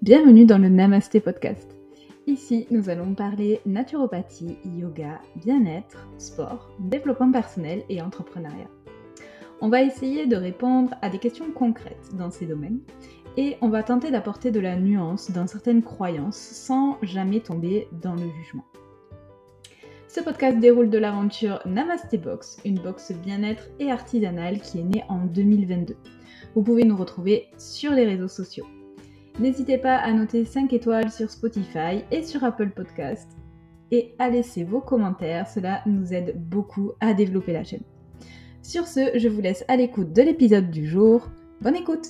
Bienvenue dans le Namasté Podcast. Ici, nous allons parler naturopathie, yoga, bien-être, sport, développement personnel et entrepreneuriat. On va essayer de répondre à des questions concrètes dans ces domaines et on va tenter d'apporter de la nuance dans certaines croyances sans jamais tomber dans le jugement. Ce podcast déroule de l'aventure Namasté Box, une box bien-être et artisanale qui est née en 2022. Vous pouvez nous retrouver sur les réseaux sociaux. N'hésitez pas à noter 5 étoiles sur Spotify et sur Apple Podcast et à laisser vos commentaires, cela nous aide beaucoup à développer la chaîne. Sur ce, je vous laisse à l'écoute de l'épisode du jour. Bonne écoute!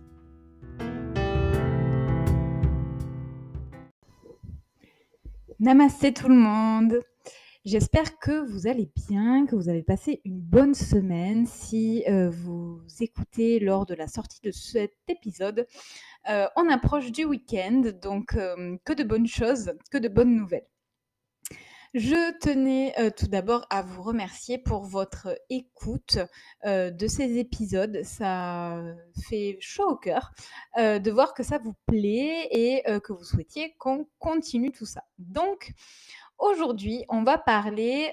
Namasté tout le monde! J'espère que vous allez bien, que vous avez passé une bonne semaine. Si vous écoutez lors de la sortie de cet épisode, on approche du week-end, donc que de bonnes choses, que de bonnes nouvelles. Je tenais tout d'abord à vous remercier pour votre écoute de ces épisodes. Ça fait chaud au cœur de voir que ça vous plaît et que vous souhaitiez qu'on continue tout ça. Donc, aujourd'hui, on va parler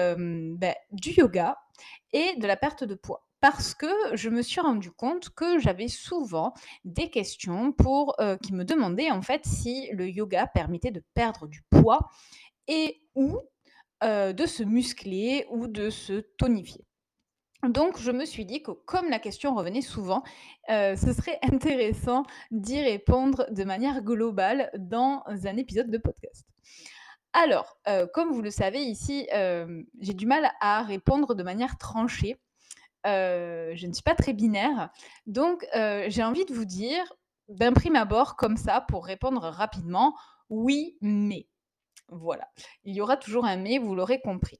du yoga et de la perte de poids. Parce que je me suis rendu compte que j'avais souvent des questions qui me demandaient en fait si le yoga permettait de perdre du poids et ou de se muscler ou de se tonifier. Donc je me suis dit que comme la question revenait souvent, ce serait intéressant d'y répondre de manière globale dans un épisode de podcast. Alors, comme vous le savez ici, j'ai du mal à répondre de manière tranchée. Je ne suis pas très binaire. Donc, j'ai envie de vous dire, d'un prime abord, comme ça, pour répondre rapidement: «Oui, mais». Voilà. Il y aura toujours un mais, vous l'aurez compris.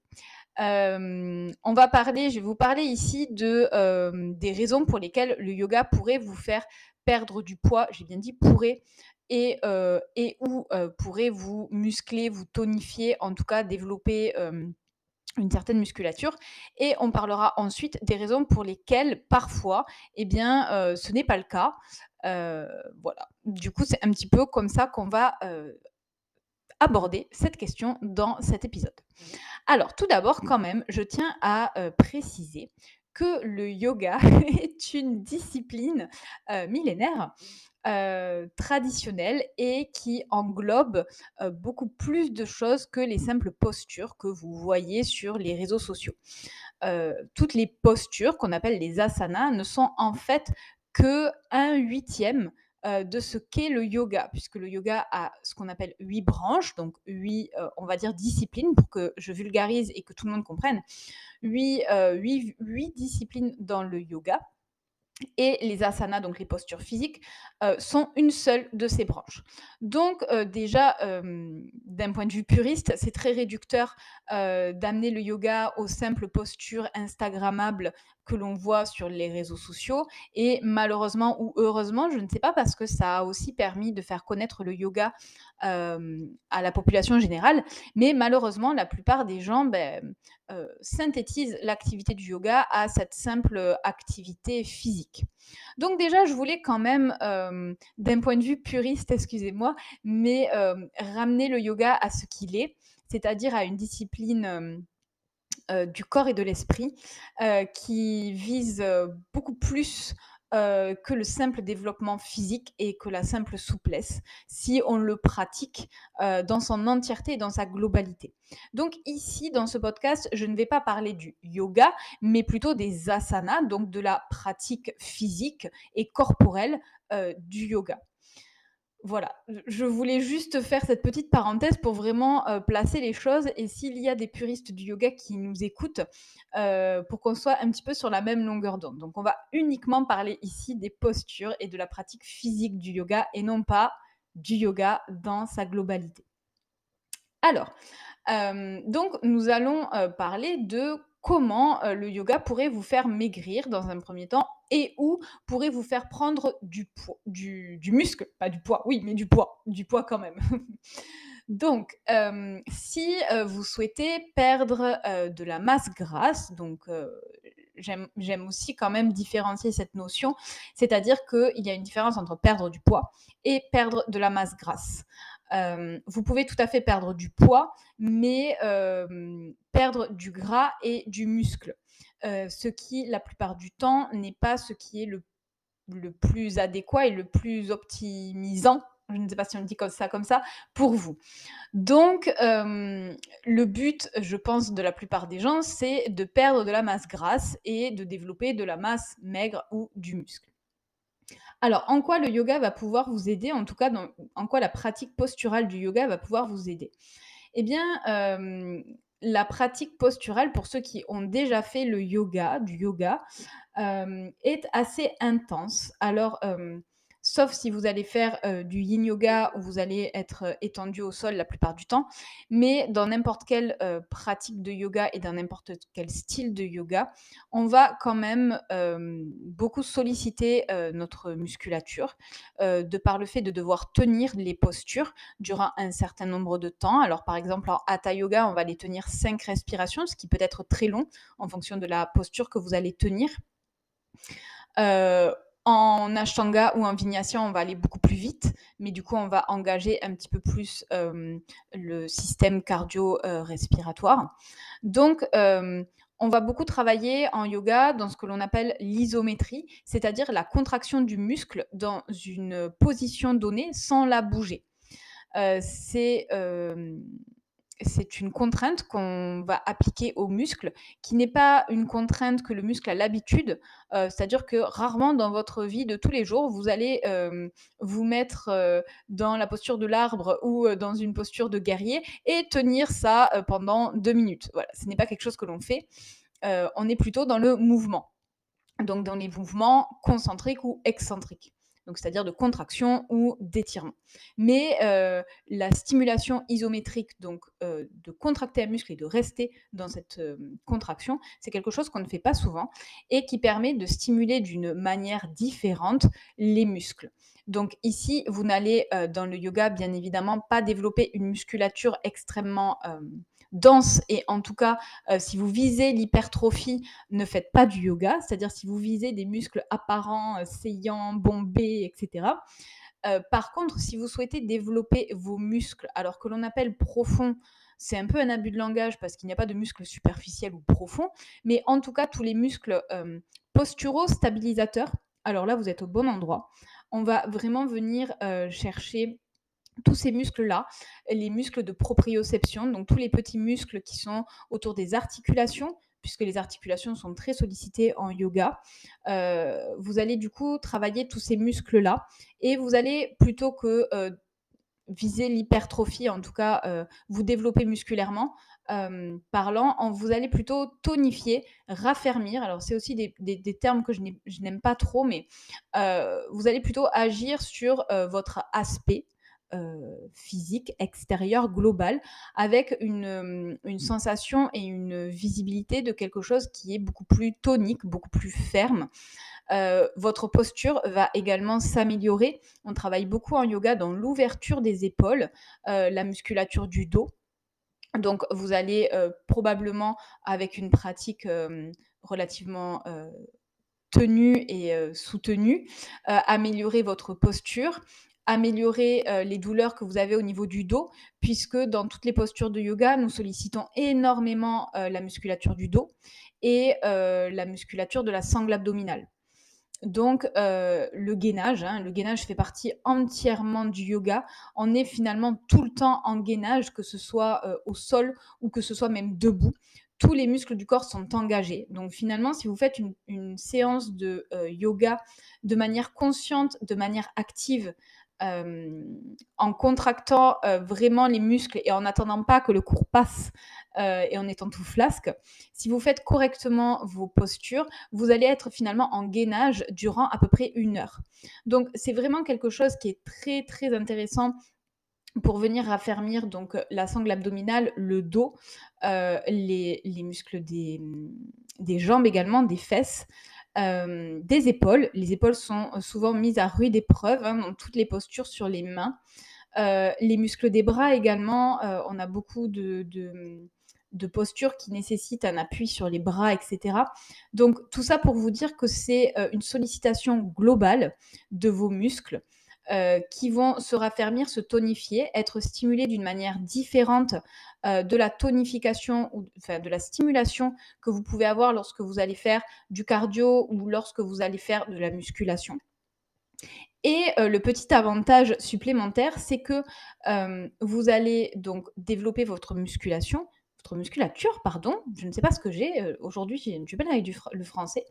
Je vais vous parler ici des raisons pour lesquelles le yoga pourrait vous faire perdre du poids. J'ai bien dit pourrait ou pourrait vous muscler, vous tonifier, en tout cas développer, une certaine musculature et on parlera ensuite des raisons pour lesquelles parfois, ce n'est pas le cas. Voilà. Du coup, c'est un petit peu comme ça qu'on va, aborder cette question dans cet épisode. Alors, tout d'abord, quand même, je tiens à préciser que le yoga est une discipline millénaire, traditionnelle et qui englobe beaucoup plus de choses que les simples postures que vous voyez sur les réseaux sociaux. Toutes les postures qu'on appelle les asanas ne sont en fait que 1/8 de ce qu'est le yoga, puisque le yoga a ce qu'on appelle 8 branches, donc 8, on va dire disciplines pour que je vulgarise et que tout le monde comprenne. 8 disciplines dans le yoga et les asanas, donc les postures physiques, sont une seule de ces branches. Donc déjà, d'un point de vue puriste, c'est très réducteur, d'amener le yoga aux simples postures instagrammables que l'on voit sur les réseaux sociaux et malheureusement ou heureusement, je ne sais pas, parce que ça a aussi permis de faire connaître le yoga, à la population générale. Mais malheureusement, la plupart des gens, synthétisent l'activité du yoga à cette simple activité physique. Donc déjà, je voulais quand même, d'un point de vue puriste, excusez-moi, mais ramener le yoga à ce qu'il est, c'est-à-dire à une discipline, du corps et de l'esprit, qui vise, beaucoup plus, que le simple développement physique et que la simple souplesse, si on le pratique, dans son entièreté et dans sa globalité. Donc ici, dans ce podcast, je ne vais pas parler du yoga, mais plutôt des asanas, donc de la pratique physique et corporelle, du yoga. Voilà, je voulais juste faire cette petite parenthèse pour vraiment, placer les choses et s'il y a des puristes du yoga qui nous écoutent, pour qu'on soit un petit peu sur la même longueur d'onde. Donc on va uniquement parler ici des postures et de la pratique physique du yoga et non pas du yoga dans sa globalité. Alors, donc nous allons, parler de comment, le yoga pourrait vous faire maigrir dans un premier temps et ou pourrait vous faire prendre du muscle, pas du poids, oui, mais du poids quand même. Donc, si, vous souhaitez perdre, de la masse grasse, donc, j'aime aussi quand même différencier cette notion, c'est-à-dire qu'il y a une différence entre perdre du poids et perdre de la masse grasse. Vous pouvez tout à fait perdre du poids, mais perdre du gras et du muscle, ce qui, la plupart du temps, n'est pas ce qui est le plus adéquat et le plus optimisant, je ne sais pas si on dit comme ça, pour vous. Donc, le but, je pense, de la plupart des gens, c'est de perdre de la masse grasse et de développer de la masse maigre ou du muscle. Alors, en quoi le yoga va pouvoir vous aider, en tout cas, en quoi la pratique posturale du yoga va pouvoir vous aider? Eh bien, la pratique posturale, pour ceux qui ont déjà fait du yoga, est assez intense. Alors, sauf si vous allez faire, du yin yoga où vous allez être, étendu au sol la plupart du temps, mais dans n'importe quelle, pratique de yoga et dans n'importe quel style de yoga, on va quand même, beaucoup solliciter, notre musculature, de par le fait de devoir tenir les postures durant un certain nombre de temps. Alors, par exemple, en hatha yoga, on va les tenir 5 respirations, ce qui peut être très long en fonction de la posture que vous allez tenir. Heu, En ashtanga ou en vinyasa, on va aller beaucoup plus vite, mais du coup, on va engager un petit peu plus, le système cardio, respiratoire. Donc, on va beaucoup travailler en yoga dans ce que l'on appelle l'isométrie, c'est-à-dire la contraction du muscle dans une position donnée sans la bouger. C'est une contrainte qu'on va appliquer au muscle, qui n'est pas une contrainte que le muscle a l'habitude, c'est-à-dire que rarement dans votre vie de tous les jours, vous allez, vous mettre, dans la posture de l'arbre ou, dans une posture de guerrier et tenir ça, pendant 2 minutes. Voilà, ce n'est pas quelque chose que l'on fait, on est plutôt dans le mouvement. Donc dans les mouvements concentriques ou excentriques, donc c'est-à-dire de contraction ou d'étirement. Mais la stimulation isométrique, donc de contracter un muscle et de rester dans cette contraction, c'est quelque chose qu'on ne fait pas souvent et qui permet de stimuler d'une manière différente les muscles. Donc ici, vous n'allez dans le yoga, bien évidemment, pas développer une musculature extrêmement dense et en tout cas, si vous visez l'hypertrophie, ne faites pas du yoga, c'est-à-dire si vous visez des muscles apparents, saillants, bombés, etc. Par contre, si vous souhaitez développer vos muscles, alors que l'on appelle profond, c'est un peu un abus de langage parce qu'il n'y a pas de muscles superficiels ou profonds, mais en tout cas, tous les muscles posturaux stabilisateurs, alors là, vous êtes au bon endroit. On va vraiment venir chercher tous ces muscles-là, les muscles de proprioception, donc tous les petits muscles qui sont autour des articulations, puisque les articulations sont très sollicitées en yoga. Vous allez du coup travailler tous ces muscles-là et vous allez plutôt que viser l'hypertrophie, en tout cas vous développer musculairement, parlant, vous allez plutôt tonifier, raffermir. Alors c'est aussi des termes que je n'aime pas trop, mais vous allez plutôt agir sur votre aspect physique extérieur global avec une sensation et une visibilité de quelque chose qui est beaucoup plus tonique, beaucoup plus ferme. Votre posture va également s'améliorer. On travaille beaucoup en yoga dans l'ouverture des épaules, la musculature du dos. Donc vous allez, probablement avec une pratique, relativement, tenue et soutenue, améliorer votre posture, améliorer, les douleurs que vous avez au niveau du dos, puisque dans toutes les postures de yoga, nous sollicitons énormément, la musculature du dos et la musculature de la sangle abdominale. Donc le gainage fait partie entièrement du yoga. On est finalement tout le temps en gainage, que ce soit, au sol ou que ce soit même debout. Tous les muscles du corps sont engagés. Donc finalement, si vous faites une séance de, yoga de manière consciente, de manière active, en contractant, vraiment les muscles et en n'attendant pas que le cours passe, et en étant tout flasque, si vous faites correctement vos postures, vous allez être finalement en gainage durant à peu près 1 heure. Donc c'est vraiment quelque chose qui est très, très intéressant pour venir raffermir donc la sangle abdominale, le dos, les muscles des jambes également, des fesses, des épaules. Les épaules sont souvent mises à rude épreuve, hein, dans toutes les postures sur les mains. Les muscles des bras également, on a beaucoup de postures qui nécessitent un appui sur les bras, et cetera. Donc tout ça pour vous dire que c'est, une sollicitation globale de vos muscles, qui vont se raffermir, se tonifier, être stimulés d'une manière différente, de la tonification ou enfin de la stimulation que vous pouvez avoir lorsque vous allez faire du cardio ou lorsque vous allez faire de la musculation. Et le petit avantage supplémentaire, c'est que, vous allez donc développer votre musculature, pardon, je ne sais pas ce que j'ai, aujourd'hui j'ai du mal avec le français.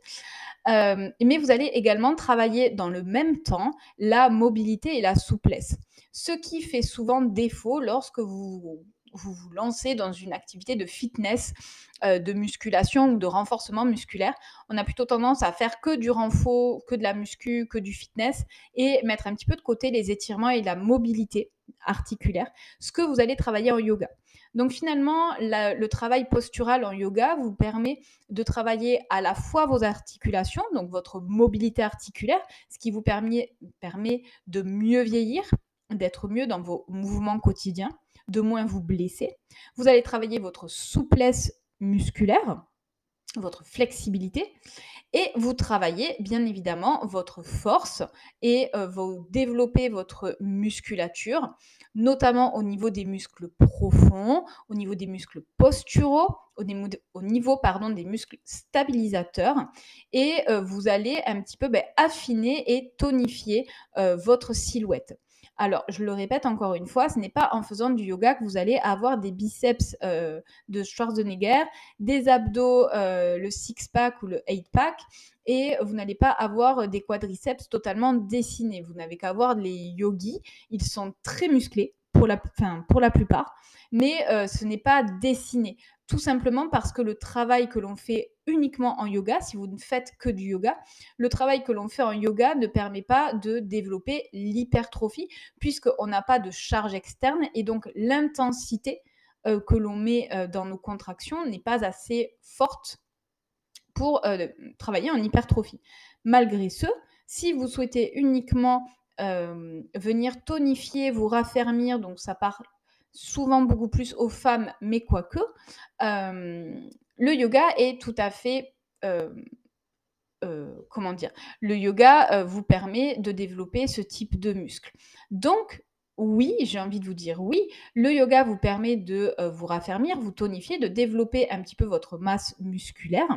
Mais vous allez également travailler dans le même temps la mobilité et la souplesse. Ce qui fait souvent défaut lorsque vous lancez dans une activité de fitness, de musculation ou de renforcement musculaire. On a plutôt tendance à faire que du renfort, que de la muscu, que du fitness et mettre un petit peu de côté les étirements et la mobilité articulaire, ce que vous allez travailler en yoga. Donc finalement, le travail postural en yoga vous permet de travailler à la fois vos articulations, donc votre mobilité articulaire, ce qui vous permet de mieux vieillir, d'être mieux dans vos mouvements quotidiens, de moins vous blesser. Vous allez travailler votre souplesse musculaire, votre flexibilité et vous travaillez bien évidemment votre force et vous développez votre musculature, notamment au niveau des muscles profonds, au niveau des muscles posturaux, au niveau pardon, des muscles stabilisateurs et vous allez un petit peu affiner et tonifier votre silhouette. Alors, je le répète encore une fois, ce n'est pas en faisant du yoga que vous allez avoir des biceps de Schwarzenegger, des abdos, le six-pack ou le eight-pack et vous n'allez pas avoir des quadriceps totalement dessinés. Vous n'avez qu'à voir les yogis, ils sont très musclés pour la plupart, mais ce n'est pas dessiné. Tout simplement parce que le travail que l'on fait uniquement en yoga, si vous ne faites que du yoga, le travail que l'on fait en yoga ne permet pas de développer l'hypertrophie puisqu'on n'a pas de charge externe et donc l'intensité que l'on met dans nos contractions n'est pas assez forte pour travailler en hypertrophie. Malgré ce, si vous souhaitez uniquement venir tonifier, vous raffermir, donc ça parle souvent beaucoup plus aux femmes, mais quoique, le yoga est tout à fait, comment dire? Le yoga vous permet de développer ce type de muscle. Donc oui, j'ai envie de vous dire oui, le yoga vous permet de vous raffermir, vous tonifier, de développer un petit peu votre masse musculaire.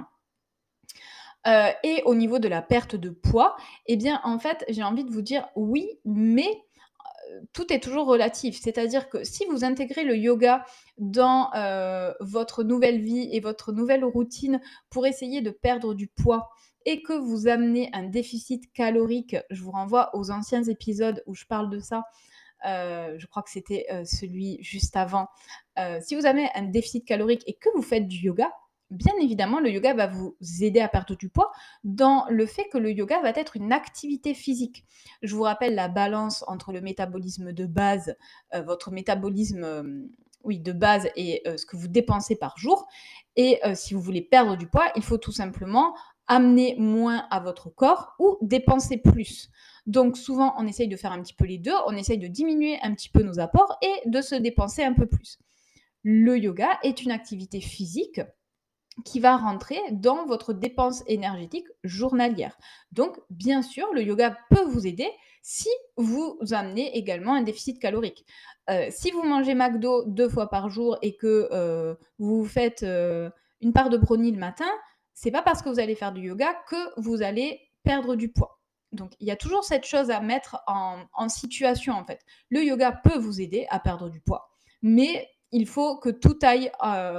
Et au niveau de la perte de poids, eh bien, en fait, j'ai envie de vous dire oui, mais tout est toujours relatif. C'est-à-dire que si vous intégrez le yoga dans votre nouvelle vie et votre nouvelle routine pour essayer de perdre du poids et que vous amenez un déficit calorique, je vous renvoie aux anciens épisodes où je parle de ça. Je crois que c'était celui juste avant. Si vous avez un déficit calorique et que vous faites du yoga, bien évidemment, le yoga va vous aider à perdre du poids dans le fait que le yoga va être une activité physique. Je vous rappelle la balance entre le métabolisme de base, votre métabolisme oui, de base et ce que vous dépensez par jour. Et si vous voulez perdre du poids, il faut tout simplement amener moins à votre corps ou dépenser plus. Donc souvent, on essaye de faire un petit peu les deux, on essaye de diminuer un petit peu nos apports et de se dépenser un peu plus. Le yoga est une activité physique qui va rentrer dans votre dépense énergétique journalière. Donc, bien sûr, le yoga peut vous aider si vous amenez également un déficit calorique. Si vous mangez McDo 2 fois par jour et que vous faites une part de brownie le matin, c'est pas parce que vous allez faire du yoga que vous allez perdre du poids. Donc, il y a toujours cette chose à mettre en situation, en fait. Le yoga peut vous aider à perdre du poids, mais il faut que tout aille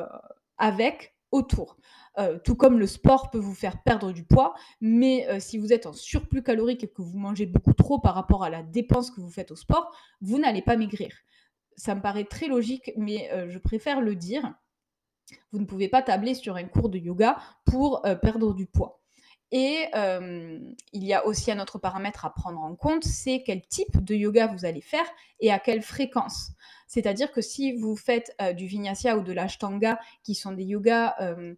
avec autour. Tout comme le sport peut vous faire perdre du poids, mais si vous êtes en surplus calorique et que vous mangez beaucoup trop par rapport à la dépense que vous faites au sport, vous n'allez pas maigrir. Ça me paraît très logique, mais je préfère le dire. Vous ne pouvez pas tabler sur un cours de yoga pour perdre du poids. Et il y a aussi un autre paramètre à prendre en compte, c'est quel type de yoga vous allez faire et à quelle fréquence. C'est-à-dire que si vous faites du vinyasa ou de l'ashtanga, qui sont des yogas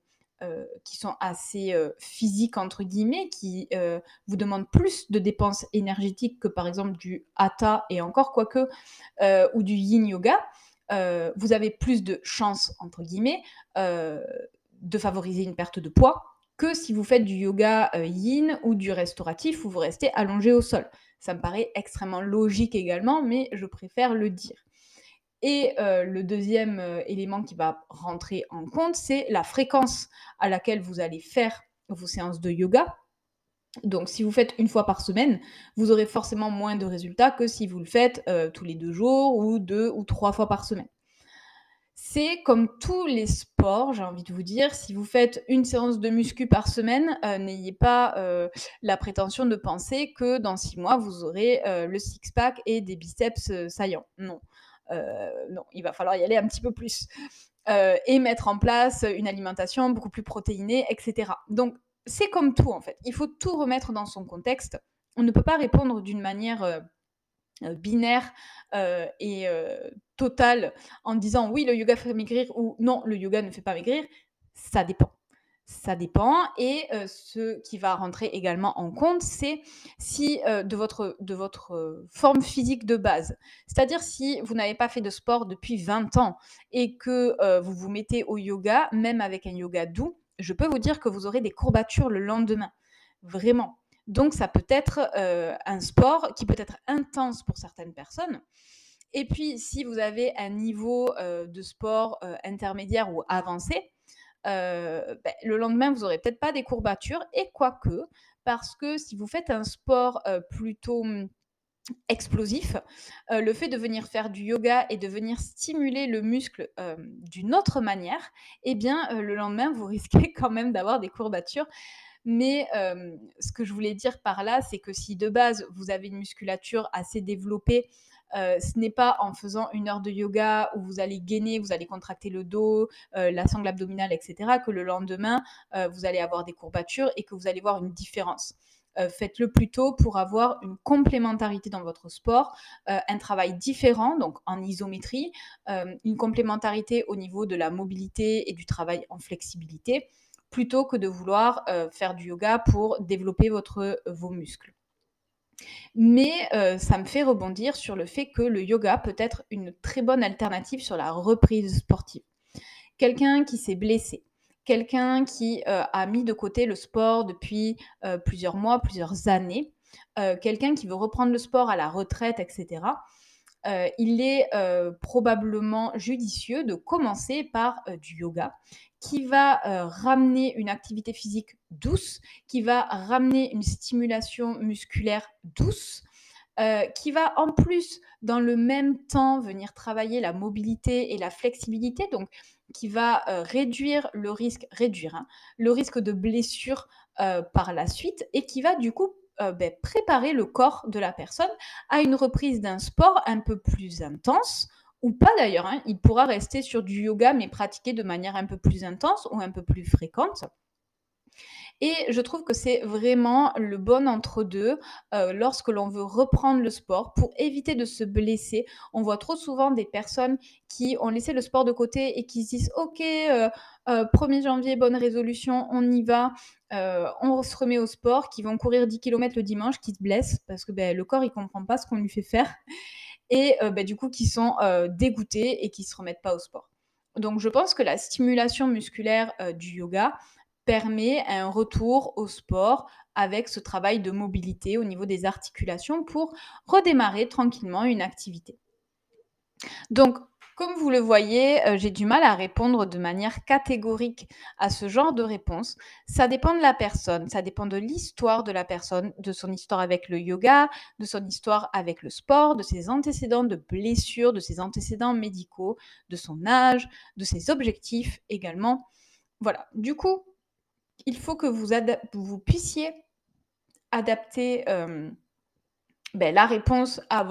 qui sont assez physiques, entre guillemets, qui vous demandent plus de dépenses énergétiques que par exemple du hatha et encore quoique, ou du yin yoga, vous avez plus de «chances» entre guillemets, de favoriser une perte de poids que si vous faites du yoga, yin ou du restauratif où vous restez allongé au sol. Ça me paraît extrêmement logique également, mais je préfère le dire. Et le deuxième élément qui va rentrer en compte, c'est la fréquence à laquelle vous allez faire vos séances de yoga. Donc si vous faites une fois par semaine, vous aurez forcément moins de résultats que si vous le faites, tous les 2 jours ou 2 ou 3 fois par semaine. C'est comme tous les sports, j'ai envie de vous dire, si vous faites une séance de muscu par semaine, n'ayez pas, la prétention de penser que dans 6 mois, vous aurez, le six pack et des biceps, saillants. Non, non, il va falloir y aller un petit peu plus, et mettre en place une alimentation beaucoup plus protéinée et cetera. Donc c'est comme tout, en fait. Il faut tout remettre dans son contexte. On ne peut pas répondre d'une manière, binaire et totale en disant oui, le yoga fait maigrir ou non, le yoga ne fait pas maigrir. Ça dépend. Ça dépend et ce qui va rentrer également en compte, c'est si de votre forme physique de base. C'est-à-dire si vous n'avez pas fait de sport depuis 20 ans et que vous vous mettez au yoga, même avec un yoga doux, je peux vous dire que vous aurez des courbatures le lendemain. Vraiment. Donc ça peut être, un sport qui peut être intense pour certaines personnes et puis si vous avez un niveau, de sport, intermédiaire ou avancé, le lendemain vous aurez peut-être pas des courbatures et quoique, parce que si vous faites un sport, plutôt, explosif, le fait de venir faire du yoga et de venir stimuler le muscle, d'une autre manière et bien, le lendemain vous risquez quand même d'avoir des courbatures mais ce que je voulais dire par là, c'est que si de base, vous avez une musculature assez développée, ce n'est pas en faisant 1 heure de yoga où vous allez gainer, vous allez contracter le dos, la sangle abdominale et cetera, que le lendemain, vous allez avoir des courbatures et que vous allez voir une différence. Faites-le plutôt pour avoir une complémentarité dans votre sport, un travail différent, donc en isométrie, une complémentarité au niveau de la mobilité et du travail en flexibilité plutôt que de vouloir, faire du yoga pour développer vos muscles. Mais, ça me fait rebondir sur le fait que le yoga peut être une très bonne alternative sur la reprise sportive. Quelqu'un qui s'est blessé, quelqu'un qui, a mis de côté le sport depuis, plusieurs mois, plusieurs années, quelqu'un qui veut reprendre le sport à la retraite et cetera, il est, probablement judicieux de commencer par, du yoga qui va, ramener une activité physique douce, qui va ramener une stimulation musculaire douce, qui va en plus, dans le même temps, venir travailler la mobilité et la flexibilité, donc qui va, réduire, hein, le risque de blessure, par la suite et qui va du coup, préparer le corps de la personne à une reprise d'un sport un peu plus intense ou pas d'ailleurs, hein. Il pourra rester sur du yoga mais pratiquer de manière un peu plus intense ou un peu plus fréquente. Et je trouve que c'est vraiment le bon entre-deux, lorsque l'on veut reprendre le sport pour éviter de se blesser. On voit trop souvent des personnes qui ont laissé le sport de côté et qui se disent: «OK, 1er janvier, bonne résolution, on y va, on se remet au sport», qui vont courir 10 kilomètres le dimanche, qui se blessent parce que, le corps il comprend pas ce qu'on lui fait faire et du coup qui sont, dégoûtés et qui se remettent pas au sport. Donc je pense que la stimulation musculaire, du yoga permet un retour au sport avec ce travail de mobilité au niveau des articulations pour redémarrer tranquillement une activité. Donc, comme vous le voyez, j'ai du mal à répondre de manière catégorique à ce genre de réponse. Ça dépend de la personne, ça dépend de l'histoire de la personne, de son histoire avec le yoga, de son histoire avec le sport, de ses antécédents de blessures, de ses antécédents médicaux, de son âge, de ses objectifs également. Voilà, du coup, il faut que vous puissiez adapter, la réponse à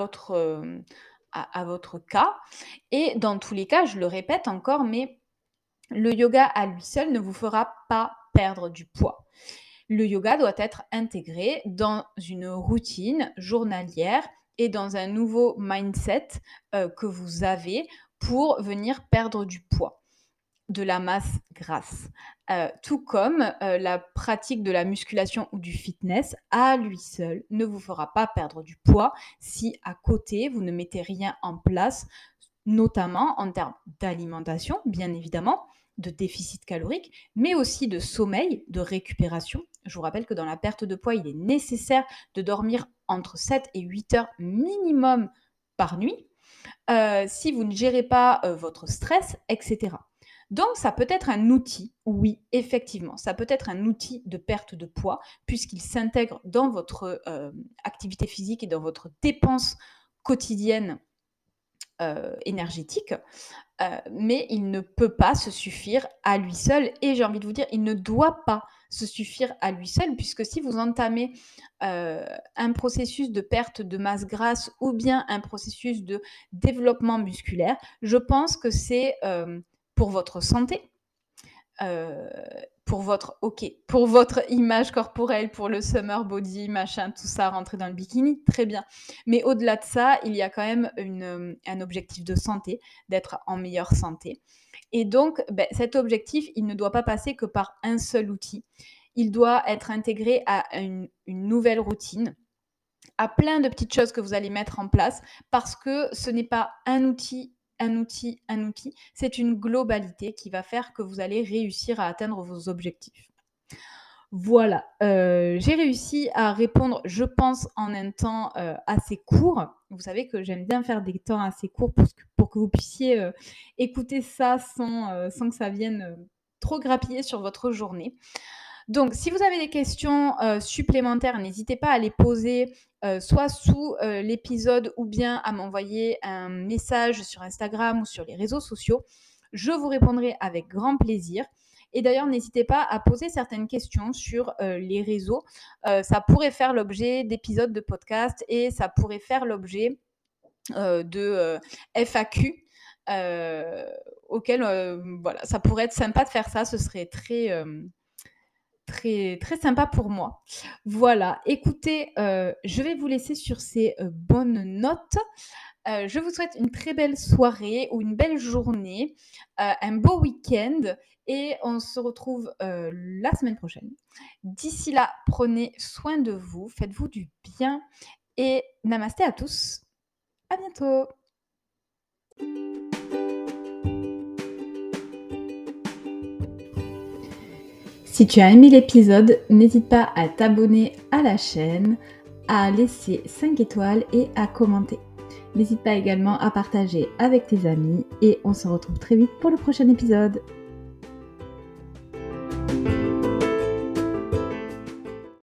votre cas et dans tous les cas, je le répète encore, mais le yoga à lui seul ne vous fera pas perdre du poids. Le yoga doit être intégré dans une routine journalière et dans un nouveau mindset, que vous avez pour venir perdre du poids de la masse grasse. Tout comme, la pratique de la musculation ou du fitness à lui seul ne vous fera pas perdre du poids si à côté vous ne mettez rien en place, notamment en termes d'alimentation, bien évidemment, de déficit calorique, mais aussi de sommeil, de récupération. Je vous rappelle que dans la perte de poids, il est nécessaire de dormir entre 7 et 8 heures minimum par nuit, si vous ne gérez pas votre stress, etc. Donc, ça peut être un outil, oui, effectivement, ça peut être un outil de perte de poids, puisqu'il s'intègre dans votre activité physique et dans votre dépense quotidienne énergétique, mais il ne peut pas se suffire à lui seul et j'ai envie de vous dire, il ne doit pas se suffire à lui seul puisque si vous entamez un processus de perte de masse grasse ou bien un processus de développement musculaire, je pense que c'est pour votre santé, euh, pour votre image corporelle, pour le summer body, machin, tout ça, rentrer dans le bikini, très bien. Mais au-delà de ça, il y a quand même un objectif de santé, d'être en meilleure santé. Et donc, cet objectif, il ne doit pas passer que par un seul outil. Il doit être intégré à une nouvelle routine, à plein de petites choses que vous allez mettre en place parce que ce n'est pas un outil, c'est une globalité qui va faire que vous allez réussir à atteindre vos objectifs. Voilà, j'ai réussi à répondre, je pense, en un temps assez court. Vous savez que j'aime bien faire des temps assez courts pour que vous puissiez écouter ça sans que ça vienne trop grappiller sur votre journée. Donc, si vous avez des questions supplémentaires, n'hésitez pas à les poser soit sous l'épisode ou bien à m'envoyer un message sur Instagram ou sur les réseaux sociaux. Je vous répondrai avec grand plaisir. Et d'ailleurs, n'hésitez pas à poser certaines questions sur les réseaux. Ça pourrait faire l'objet d'épisodes de podcast et ça pourrait faire l'objet de FAQ auquel, voilà, ça pourrait être sympa de faire ça. Ce serait très sympa pour moi. Voilà, écoutez, je vais vous laisser sur ces bonnes notes. Je vous souhaite une très belle soirée ou une belle journée, un beau week-end et on se retrouve la semaine prochaine. D'ici là, prenez soin de vous, faites-vous du bien et namasté à tous. À bientôt. Si tu as aimé l'épisode, n'hésite pas à t'abonner à la chaîne, à laisser 5 étoiles et à commenter. N'hésite pas également à partager avec tes amis et on se retrouve très vite pour le prochain épisode.